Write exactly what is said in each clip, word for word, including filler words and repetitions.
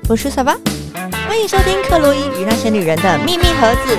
我是小巴，欢迎收听克洛伊与那些女人的秘密盒子。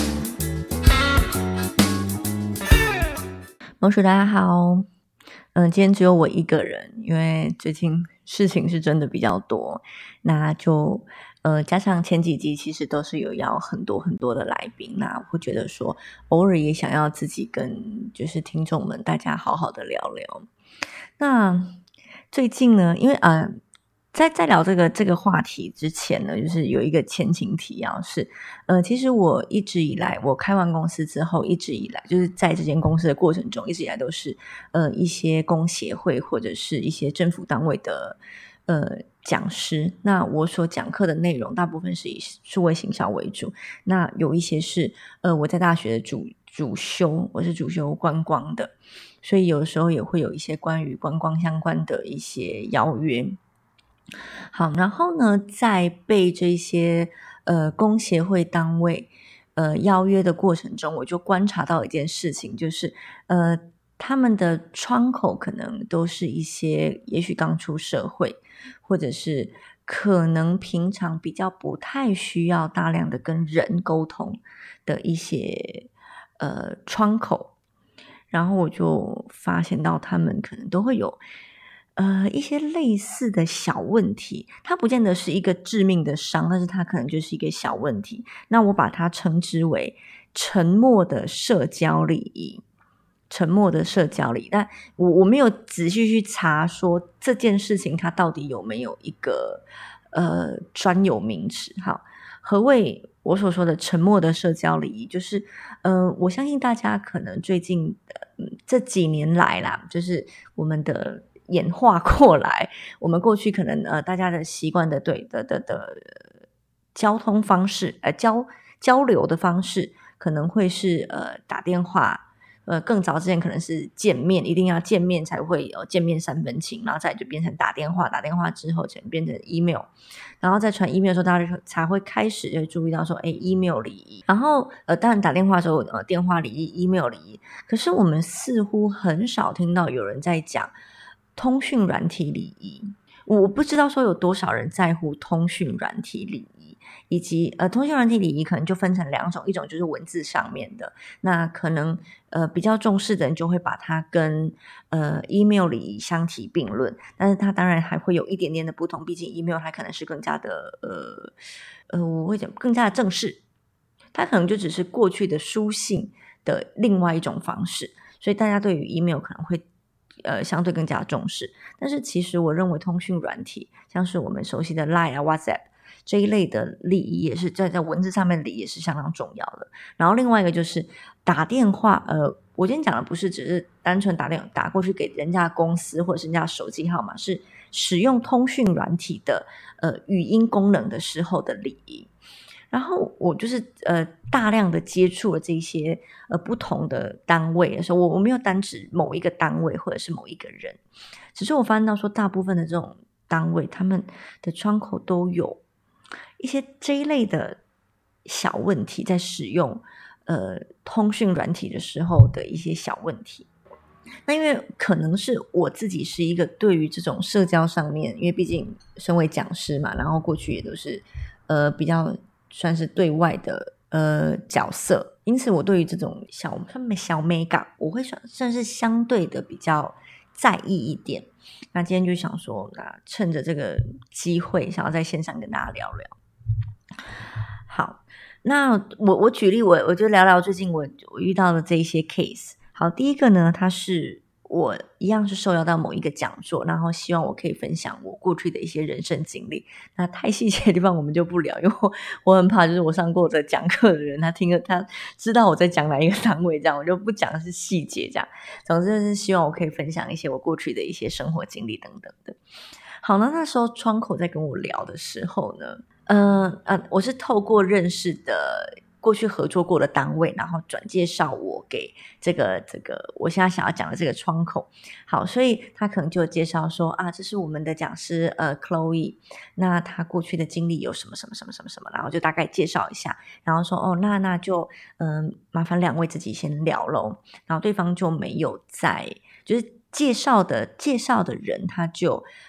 萌叔大家好，嗯，今天只有我一个人，因为最近事情是真的比较多，那就呃加上前几集其实都是有邀很多很多的来宾，那我会觉得说偶尔也想要自己跟就是听众们大家好好的聊聊。那最近呢，因为呃在在聊这个这个话题之前呢，就是有一个前情提要是，呃，其实我一直以来，我开完公司之后，一直以来就是在这间公司的过程中，一直以来都是呃一些工协会或者是一些政府单位的呃讲师。那我所讲课的内容大部分是以数位行销为主，那有一些是呃我在大学的主主修，我是主修观光的，所以有的时候也会有一些关于观光相关的一些邀约。好，然后呢，在被这些呃工协会单位呃邀约的过程中，我就观察到一件事情，就是呃他们的窗口可能都是一些也许刚出社会，或者是可能平常比较不太需要大量的跟人沟通的一些呃窗口，然后我就发现到他们可能都会有呃，一些类似的小问题，它不见得是一个致命的伤，但是它可能就是一个小问题。那我把它称之为沉默的社交礼仪。沉默的社交礼仪，但我我没有仔细去查说这件事情它到底有没有一个呃专有名词。好，何谓我所说的沉默的社交礼仪？就是呃，我相信大家可能最近、呃、这几年来啦，就是我们的演化过来，我们过去可能呃大家的习惯的对的的的交通方式，呃交交流的方式可能会是呃打电话，呃更早之前可能是见面，一定要见面才会有见面三分情，然后再就变成打电话，打电话之后才变成 email， 然后再传 email 的时候，大家就才会开始就注意到说，哎 email 礼仪，然后呃当然打电话的时候呃电话礼仪 email 礼仪，可是我们似乎很少听到有人在讲通讯软体礼仪。我不知道说有多少人在乎通讯软体礼仪，以及呃通讯软体礼仪可能就分成两种，一种就是文字上面的，那可能呃比较重视的人就会把它跟呃 email 礼仪相提并论，但是它当然还会有一点点的不同，毕竟 email 它可能是更加的呃呃我会讲更加的正式，它可能就只是过去的书信的另外一种方式，所以大家对于 email 可能会呃相对更加重视。但是其实我认为通讯软体像是我们熟悉的 Line 啊 WhatsApp 这一类的礼仪也是在在文字上面的礼仪也是相当重要的。然后另外一个就是打电话，呃我今天讲的不是只是单纯打电打过去给人家公司或者是人家手机号码，是使用通讯软体的呃语音功能的时候的礼仪。然后我就是呃大量的接触了这些呃不同的单位的时候，我我没有单指某一个单位或者是某一个人，只是我发现到说大部分的这种单位他们的窗口都有一些这一类的小问题，在使用呃通讯软体的时候的一些小问题。那因为可能是我自己是一个对于这种社交上面，因为毕竟身为讲师嘛，然后过去也都是呃比较算是对外的呃角色，因此我对于这种小小美感我会算算是相对的比较在意一点。那今天就想说，那趁着这个机会想要在线上跟大家聊聊。好，那我我举例，我我就聊聊最近我我遇到的这一些 case。好，第一个呢，它是我一样是受邀到某一个讲座，然后希望我可以分享我过去的一些人生经历。那太细节的地方我们就不聊，因为我我很怕就是我上过这讲课的人，他听了他知道我在讲哪一个单位，这样我就不讲的是细节这样。总之是希望我可以分享一些我过去的一些生活经历等等的。好，那那时候窗口在跟我聊的时候呢，呃呃，我是透过认识的过去合作过的单位，然后转介绍我给这个这个我现在想要讲的这个窗口。好，所以他可能就介绍说啊，这是我们的讲师呃 Chloe， 那他过去的经历有什么什么什么什么什么，然后就大概介绍一下，然后说哦，那那就嗯、呃，麻烦两位自己先聊咯。然后对方就没有在就是介绍的介绍的人他就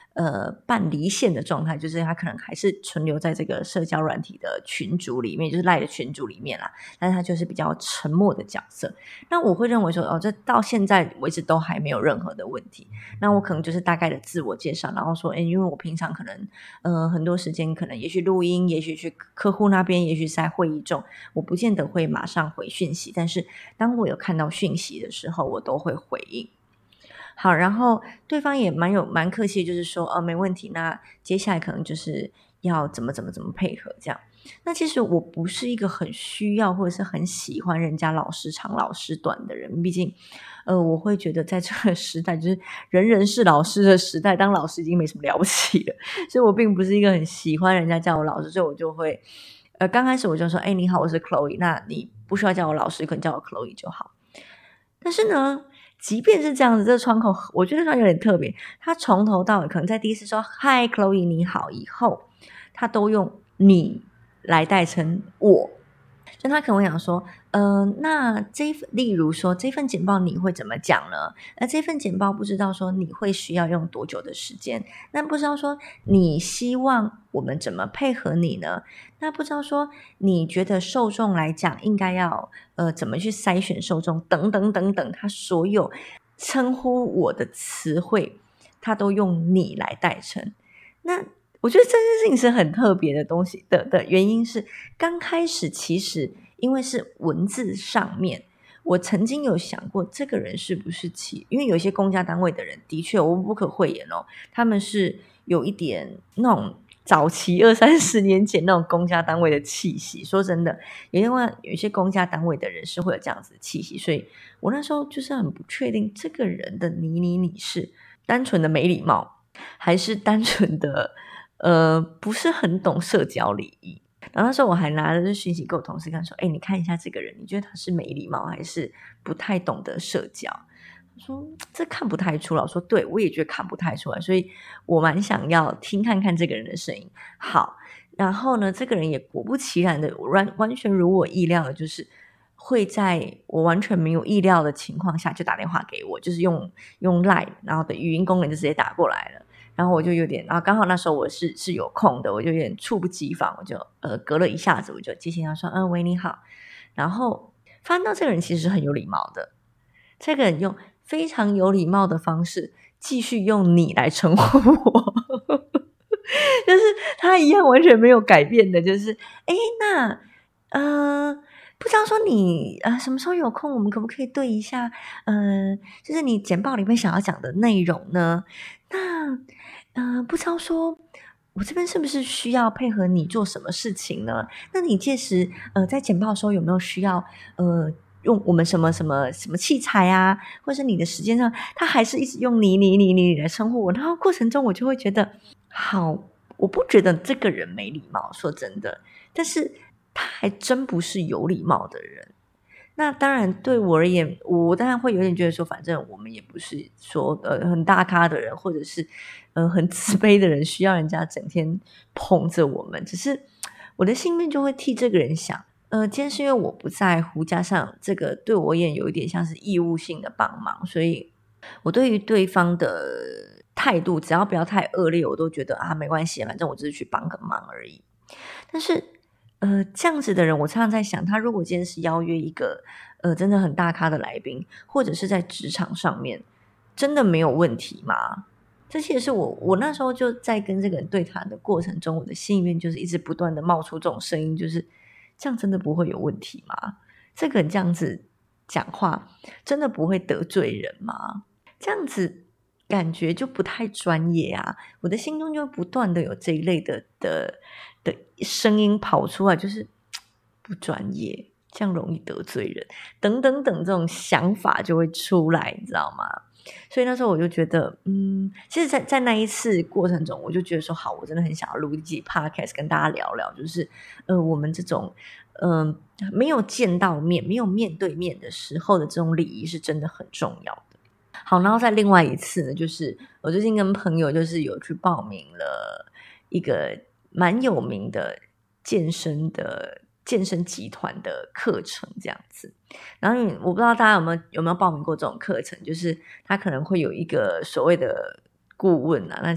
呃半离线的状态，就是他可能还是存留在这个社交软体的群组里面，就是赖的群组里面啦，但是他就是比较沉默的角色。那我会认为说哦，这到现在为止都还没有任何的问题。那我可能就是大概的自我介绍，然后说诶因为我平常可能呃很多时间可能也许录音，也许去客户那边，也许是在会议中，我不见得会马上回讯息，但是当我有看到讯息的时候，我都会回应。好，然后对方也蛮有蛮客气，就是说哦没问题，那接下来可能就是要怎么怎么怎么配合这样。那其实我不是一个很需要或者是很喜欢人家老师长老师短的人，毕竟呃我会觉得在这个时代，就是人人是老师的时代，当老师已经没什么了不起了，所以我并不是一个很喜欢人家叫我老师，所以我就会呃刚开始我就说哎你好，我是 Chloe， 那你不需要叫我老师，可能叫我 Chloe 就好。但是呢即便是这样子，这个窗口我觉得它有点特别，他从头到尾可能在第一次说 Hi Chloe 你好以后，他都用你来代称我，就他可能会讲说呃，那这例如说这份简报你会怎么讲呢？那这份简报不知道说你会需要用多久的时间，那不知道说你希望我们怎么配合你呢？那不知道说你觉得受众来讲应该要呃怎么去筛选受众等等等等，他所有称呼我的词汇他都用你来代称。那我觉得这件事情是很特别的东西的的原因是，刚开始其实因为是文字上面，我曾经有想过这个人是不是其，因为有些公家单位的人的确我不可讳言哦，他们是有一点那种早期二三十年前那种公家单位的气息。说真的，因为有一些公家单位的人是会有这样子的气息，所以我那时候就是很不确定这个人的你你你是单纯的没礼貌，还是单纯的呃不是很懂社交礼仪。然后那时候我还拿着这讯息给我同事看说，哎，你看一下这个人，你觉得他是没礼貌还是不太懂得社交？他说这看不太出来。我说对，我也觉得看不太出来，所以我蛮想要听看看这个人的声音。好，然后呢这个人也果不其然的完完全如我意料的，就是会在我完全没有意料的情况下就打电话给我，就是用用 Line 然后的语音功能就直接打过来了。然后我就有点，然后刚好那时候我是是有空的，我就有点猝不及防，我就呃隔了一下子我就接起他说嗯喂你好，然后发现到这个人其实是很有礼貌的，这个人用非常有礼貌的方式继续用你来称呼我就是他一样完全没有改变的，就是诶那呃不知道说你呃什么时候有空，我们可不可以对一下呃就是你简报里面想要讲的内容呢？那呃不知道说我这边是不是需要配合你做什么事情呢？那你届时呃在简报的时候有没有需要呃用我们什么什么什么器材啊，或是你的时间上，他还是一直用你你你你来称呼我，然后过程中我就会觉得好，我不觉得这个人没礼貌，说真的，但是他还真不是有礼貌的人。那当然对我而言，我当然会有点觉得说，反正我们也不是说呃很大咖的人，或者是呃很自卑的人，需要人家整天捧着我们。只是我的心里面就会替这个人想，呃，今天是因为我不在乎，加上这个对我而言有一点像是义务性的帮忙，所以我对于对方的态度，只要不要太恶劣，我都觉得啊没关系，反正我只是去帮个忙而已。但是呃，这样子的人，我常常在想，他如果今天是邀约一个呃真的很大咖的来宾，或者是在职场上面，真的没有问题吗？这些是我我那时候就在跟这个人对谈的过程中，我的心里面就是一直不断的冒出这种声音，就是这样真的不会有问题吗？这个人这样子讲话，真的不会得罪人吗？这样子感觉就不太专业啊！我的心中就不断的有这一类的的的声音跑出来，就是不专业，这样容易得罪人，等等等这种想法就会出来，你知道吗？所以那时候我就觉得，嗯，其实在在那一次过程中，我就觉得说，好，我真的很想要录一集 podcast 跟大家聊聊，就是呃，我们这种嗯、呃、没有见到面、没有面对面的时候的这种礼仪是真的很重要的。好，然后再另外一次呢，就是我最近跟朋友就是有去报名了一个蛮有名的健身的健身集团的课程这样子。然后我不知道大家有没有有没有报名过这种课程，就是他可能会有一个所谓的顾问啊，那其实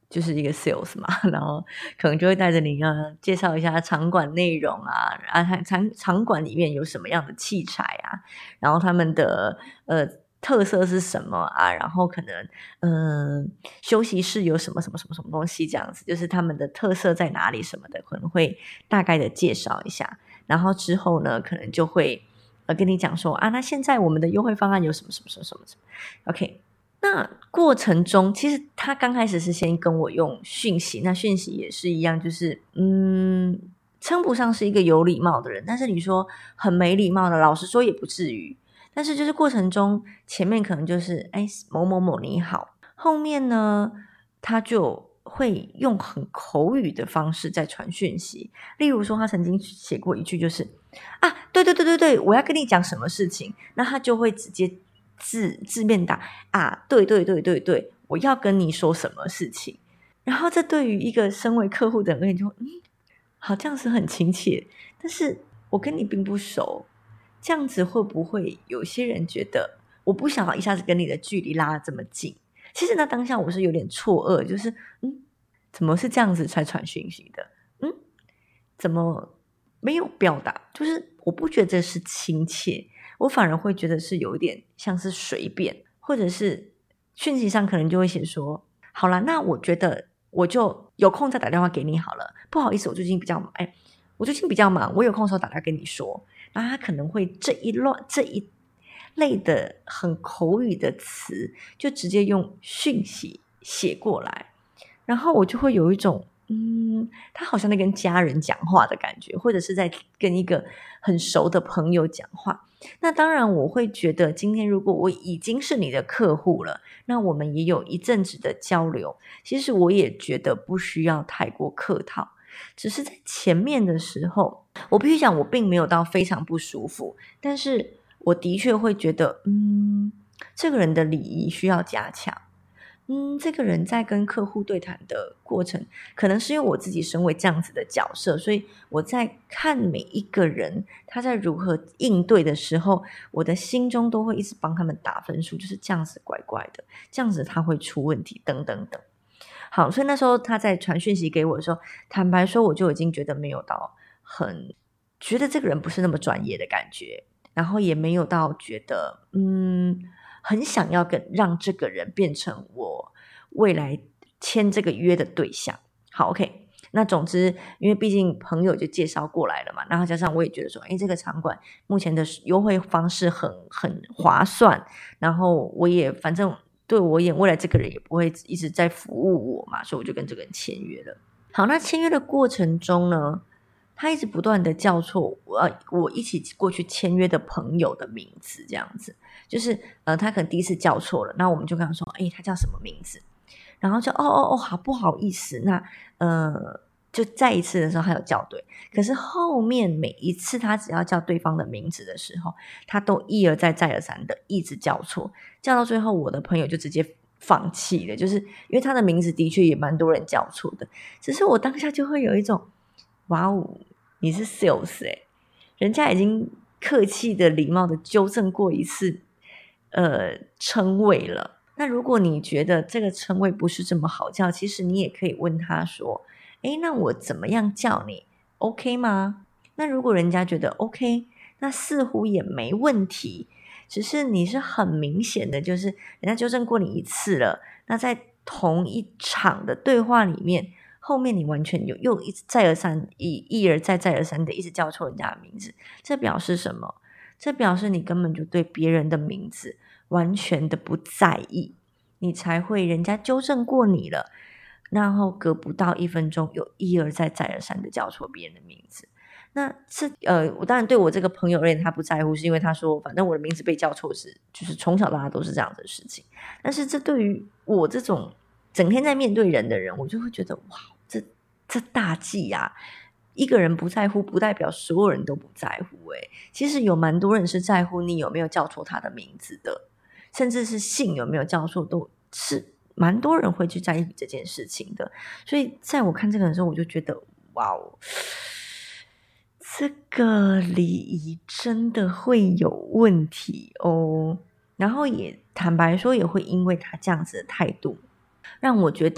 就是一个 sales 嘛，然后可能就会带着你要介绍一下场馆内容啊，啊场场馆里面有什么样的器材啊，然后他们的呃特色是什么啊，然后可能嗯、呃、休息室有什么什么什么什么东西这样子，就是他们的特色在哪里什么的，可能会大概的介绍一下，然后之后呢可能就会呃跟你讲说啊，那现在我们的优惠方案有什么什么什么什么什么 OK。那过程中，其实他刚开始是先跟我用讯息，那讯息也是一样，就是嗯，称不上是一个有礼貌的人，但是你说很没礼貌的，老实说也不至于。但是就是过程中，前面可能就是哎某某某你好，后面呢他就会用很口语的方式在传讯息，例如说他曾经写过一句就是啊，对对对对对，我要跟你讲什么事情，那他就会直接。字字面打啊，对对对对对，我要跟你说什么事情，然后这对于一个身为客户的人而言就嗯，好这样子很亲切，但是我跟你并不熟，这样子会不会有些人觉得我不想要一下子跟你的距离拉得这么近？其实那当下我是有点错愕，就是嗯，怎么是这样子才传讯息的？嗯，怎么没有表达？就是我不觉得这是亲切。我反而会觉得是有一点像是随便，或者是讯息上可能就会写说，好啦，那我觉得我就有空再打电话给你好了，不好意思，我最近比较忙，哎，我最近比较忙，我有空的时候打电话跟你说。然后他可能会这一乱这一类的很口语的词，就直接用讯息写过来，然后我就会有一种嗯，他好像在跟家人讲话的感觉，或者是在跟一个很熟的朋友讲话。那当然我会觉得今天如果我已经是你的客户了，那我们也有一阵子的交流，其实我也觉得不需要太过客套，只是在前面的时候我必须讲我并没有到非常不舒服，但是我的确会觉得嗯，这个人的礼仪需要加强。嗯，这个人在跟客户对谈的过程，可能是因为我自己身为这样子的角色，所以我在看每一个人他在如何应对的时候，我的心中都会一直帮他们打分数，就是这样子怪怪的，这样子他会出问题，等等等。好，所以那时候他在传讯息给我的时候，坦白说我就已经觉得没有到很觉得这个人不是那么专业的感觉，然后也没有到觉得嗯很想要跟让这个人变成我未来签这个约的对象。好 OK， 那总之因为毕竟朋友就介绍过来了嘛，然后加上我也觉得说诶这个场馆目前的优惠方式很很划算，然后我也反正对我而言未来这个人也不会一直在服务我嘛，所以我就跟这个人签约了。好，那签约的过程中呢，他一直不断的叫错我我一起过去签约的朋友的名字，这样子就是呃他可能第一次叫错了，那我们就跟他说诶他叫什么名字，然后就哦哦哦好不好意思，那呃就再一次的时候他有叫对，可是后面每一次他只要叫对方的名字的时候，他都一而再再而三的一直叫错，叫到最后我的朋友就直接放弃了，就是因为他的名字的确也蛮多人叫错的，只是我当下就会有一种哇哦你是 sales 欸，人家已经客气的礼貌的纠正过一次呃称谓了，那如果你觉得这个称谓不是这么好叫，其实你也可以问他说诶那我怎么样叫你 OK 吗？那如果人家觉得 OK， 那似乎也没问题，只是你是很明显的就是人家纠正过你一次了，那在同一场的对话里面，后面你完全有又一再而三一一而再再而三的一直叫错人家的名字，这表示什么？这表示你根本就对别人的名字完全的不在意，你才会人家纠正过你了，然后隔不到一分钟有一而再再而三的叫错别人的名字。那这呃，我当然对我这个朋友而言他不在乎，是因为他说反正我的名字被叫错是就是从小到大都是这样的事情，但是这对于我这种整天在面对人的人，我就会觉得哇这这大忌啊，一个人不在乎不代表所有人都不在乎欸，其实有蛮多人是在乎你有没有叫错他的名字的，甚至是姓有没有叫错，都是蛮多人会去在意这件事情的。所以在我看这个人的时候，我就觉得哇哦，这个礼仪真的会有问题哦。然后也坦白说也会因为他这样子的态度让我觉得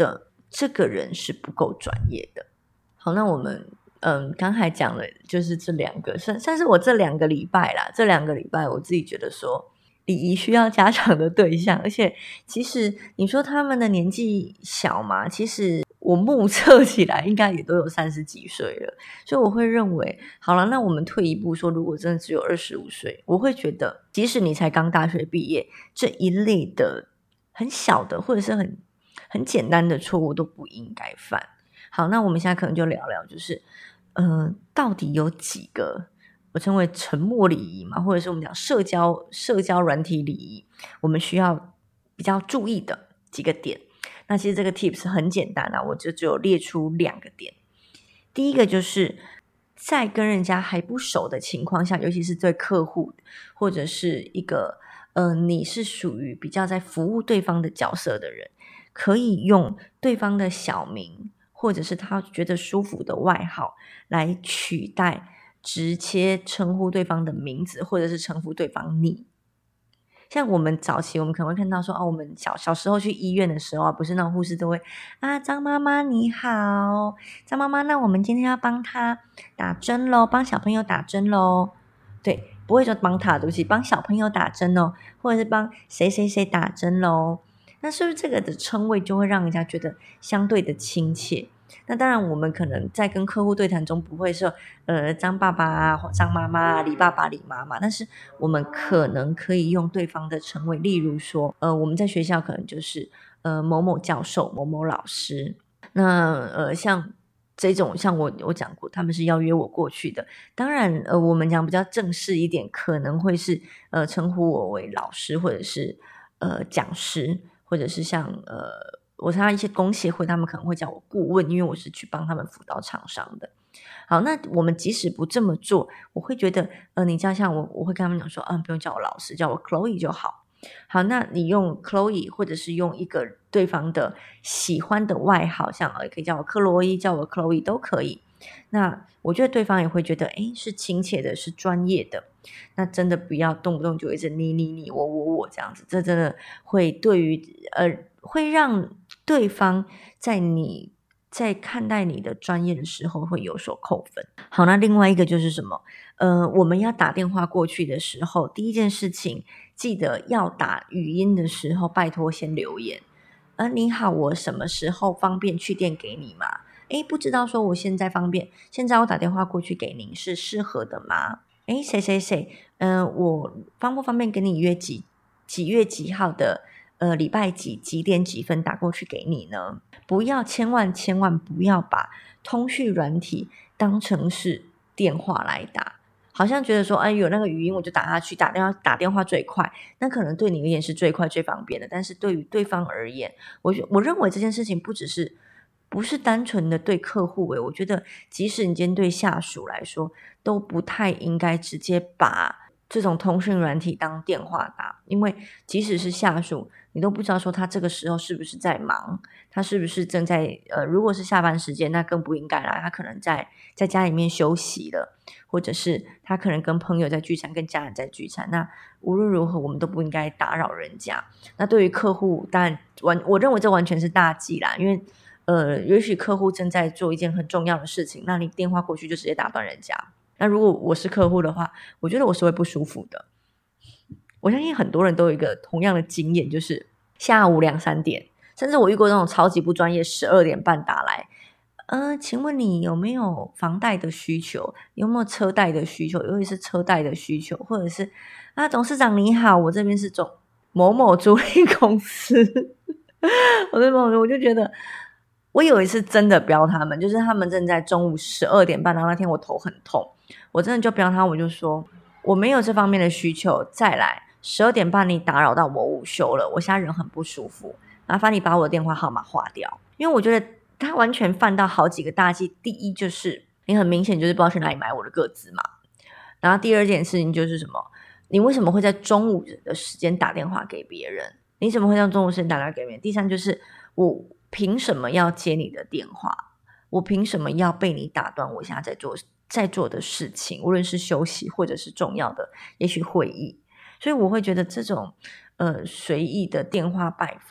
这个人是不够专业的。好，那我们嗯，刚才讲了就是这两个，算算是我这两个礼拜啦，这两个礼拜我自己觉得说礼仪需要加强的对象，而且其实你说他们的年纪小嘛，其实我目测起来应该也都有三十几岁了，所以我会认为，好了，那我们退一步说，如果真的只有二十五岁，我会觉得，即使你才刚大学毕业，这一类的很小的或者是很很简单的错误都不应该犯。好，那我们现在可能就聊聊，就是呃，到底有几个我称为沉默礼仪嘛，或者是我们讲社交社交软体礼仪，我们需要比较注意的几个点。那其实这个 tips 很简单啊，我就只有列出两个点。第一个就是在跟人家还不熟的情况下，尤其是对客户或者是一个呃你是属于比较在服务对方的角色的人，可以用对方的小名或者是他觉得舒服的外号来取代直接称呼对方的名字，或者是称呼对方你。像我们早期我们可能会看到说，哦，我们小小时候去医院的时候啊，不是那种护士都会啊，张妈妈你好，张妈妈，那我们今天要帮他打针咯，帮小朋友打针咯。对，不会说帮他，对不起，帮小朋友打针哦，或者是帮谁谁谁打针咯。那是不是这个的称谓就会让人家觉得相对的亲切？那当然我们可能在跟客户对谈中不会说呃张爸爸啊、张妈妈啊、李爸爸、李妈妈，但是我们可能可以用对方的称谓，例如说呃我们在学校可能就是呃某某教授、某某老师。那呃像这种像我我讲过他们是邀约我过去的，当然呃我们讲比较正式一点，可能会是呃称呼我为老师，或者是呃讲师，或者是像呃我参加一些工协会，他们可能会叫我顾问，因为我是去帮他们辅导厂商的。好，那我们即使不这么做，我会觉得呃你叫像我我会跟他们讲说啊，不用叫我老师，叫我 Chloe 就好。好，那你用 Chloe 或者是用一个对方的喜欢的外号，像呃可以叫我克洛伊，叫我 Chloe 都可以。那我觉得对方也会觉得诶是亲切的，是专业的。那真的不要动不动就一直你你你我我我这样子，这真的会对于呃会让对方在你在看待你的专业的时候会有所扣分。好，那另外一个就是什么？呃，我们要打电话过去的时候，第一件事情记得要打语音的时候，拜托先留言。呃，你好，我什么时候方便去电给你吗？诶，不知道说我现在方便，现在我打电话过去给您是适合的吗？诶，谁谁谁，嗯、呃，我方不方便跟你约几几月几号的呃礼拜几几点几分打过去给你呢？不要，千万千万不要把通讯软体当成是电话来打，好像觉得说，哎，有那个语音我就打下去，打电话打电话最快，那可能对你而言是最快最方便的，但是对于对方而言，我我认为这件事情不只是不是单纯的对客户诶，我觉得即使你今天对下属来说，都不太应该直接把这种通讯软体当电话打，因为即使是下属，你都不知道说他这个时候是不是在忙，他是不是正在呃，如果是下班时间，那更不应该啦，他可能在在家里面休息了，或者是他可能跟朋友在聚餐，跟家人在聚餐，那无论如何我们都不应该打扰人家。那对于客户，当然完，我认为这完全是大忌啦，因为呃，也许客户正在做一件很重要的事情，那你电话过去就直接打断人家。那如果我是客户的话，我觉得我是会不舒服的。我相信很多人都有一个同样的经验，就是下午两三点，甚至我遇过那种超级不专业，十二点半打来，呃，请问你有没有房贷的需求？有没有车贷的需求？尤其是车贷的需求，或者是啊，董事长你好，我这边是总某某租赁公司，我这某我就觉得。我有一次真的标他们，就是他们正在中午十二点半，然后那天我头很痛，我真的就标他，我就说我没有这方面的需求，再来十二点半你打扰到我午休了，我现在人很不舒服，麻烦你把我的电话号码划掉。因为我觉得他完全犯到好几个大忌，第一就是你很明显就是不知道去哪里买我的个资嘛，然后第二件事情就是什么，你为什么会在中午的时间打电话给别人？你怎么会在中午时间打电话给别人？第三就是我凭什么要接你的电话？我凭什么要被你打断我现在在做在做的事情，无论是休息或者是重要的也许会议。所以我会觉得这种呃随意的电话拜访，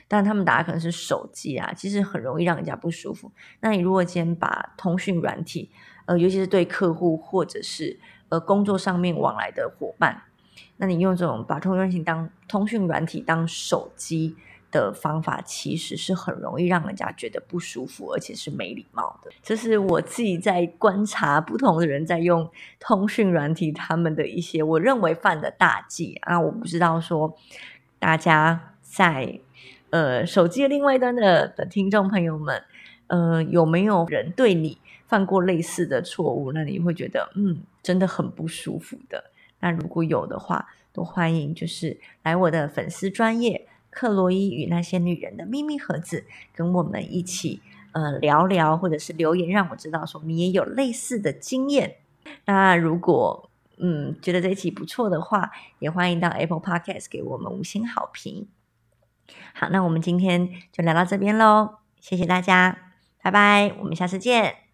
但他们打的可能是手机啊，其实很容易让人家不舒服。那你如果今天把通讯软体，呃，尤其是对客户或者是呃工作上面往来的伙伴，那你用这种把通讯软体当通讯软体当手机的方法，其实是很容易让人家觉得不舒服，而且是没礼貌的。这是我自己在观察不同的人在用通讯软体他们的一些我认为犯的大忌啊。我不知道说大家在呃手机的另外一端的的听众朋友们，呃有没有人对你犯过类似的错误，那你会觉得嗯真的很不舒服的。那如果有的话，都欢迎就是来我的粉丝专页克洛伊与那些女人的秘密盒子，跟我们一起呃聊聊，或者是留言让我知道说你也有类似的经验。那如果嗯觉得这一期不错的话，也欢迎到 Apple Podcast 给我们五星好评。好，那我们今天就聊到这边咯，谢谢大家，拜拜，我们下次见。